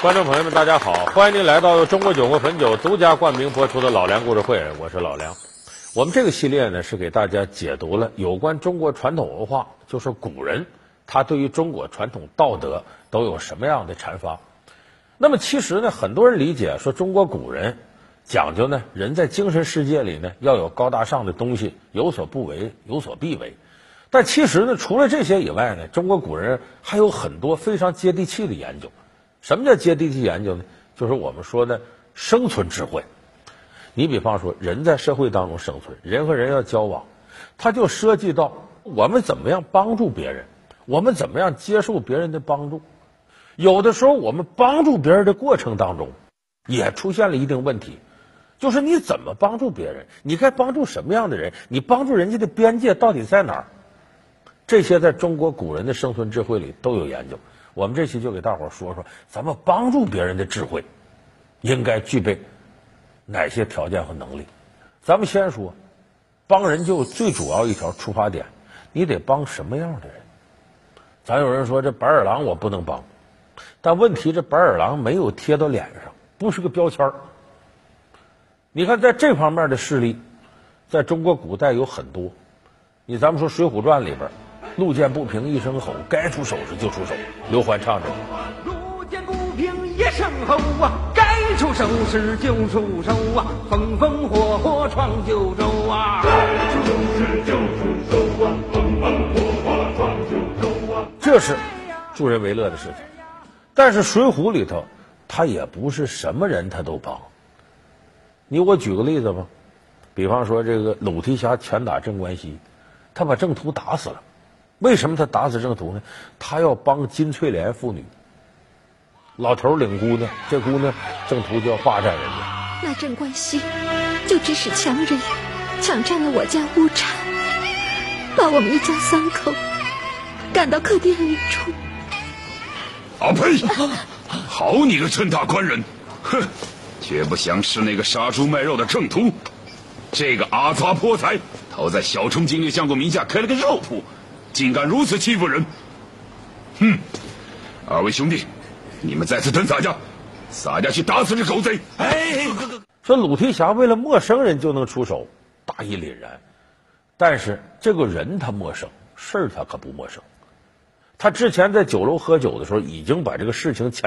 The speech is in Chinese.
观众朋友们，大家好，欢迎您来到由中国酒国汾酒独家冠名播出的老梁故事会，我是老梁。我们这个系列呢，是给大家解读了有关中国传统文化，就是古人他对于中国传统道德都有什么样的阐发。那么其实呢，很多人理解说中国古人讲究呢，人在精神世界里呢要有高大上的东西，有所不为，有所必为。但其实呢，除了这些以外呢，中国古人还有很多非常接地气的研究。什么叫接地气研究呢？就是我们说的生存智慧。你比方说，人在社会当中生存，人和人要交往，它就涉及到我们怎么样帮助别人，我们怎么样接受别人的帮助。有的时候我们帮助别人的过程当中也出现了一定问题，就是你怎么帮助别人，你该帮助什么样的人，你帮助人家的边界到底在哪儿，这些在中国古人的生存智慧里都有研究。我们这期就给大伙儿说说咱们帮助别人的智慧应该具备哪些条件和能力。咱们先说帮人，就最主要一条出发点，你得帮什么样的人。咱有人说这白眼狼我不能帮，但问题这白眼狼没有贴到脸上，不是个标签儿。你看在这方面的事例在中国古代有很多。咱们说《水浒传》里边，路见不平一声吼，该出手时就出手。刘欢唱着路见不平一声吼啊，该出手时就出手啊，风风火火闯九州啊，该出手时就出手啊，风风火火闯九州啊。 这是助人为乐的事情。但是《水浒》里头他也不是什么人他都帮。我举个例子吧，比方说这个鲁提辖拳打镇关西，他把郑屠打死了。为什么他打死郑屠呢？他要帮金翠莲妇女。老头领姑娘，这姑娘郑屠就要霸占人家。 那镇关西就指使强人抢占了我家屋产，把我们一家三口赶到客店里住。 啊呸！好你个陈大官人，哼！绝不想是那个杀猪卖肉的郑屠，这个阿杂泼财，逃在小冲经略相公名下开了个肉铺，竟敢如此欺负人！哼！二位兄弟，你们在此等洒家，洒家去打死这狗贼！哎， 说鲁提辖为了陌生人就能出手，大义凛然。但是这个人他陌生，事儿他可不陌生。他之前在酒楼喝酒的时候，已经把这个事情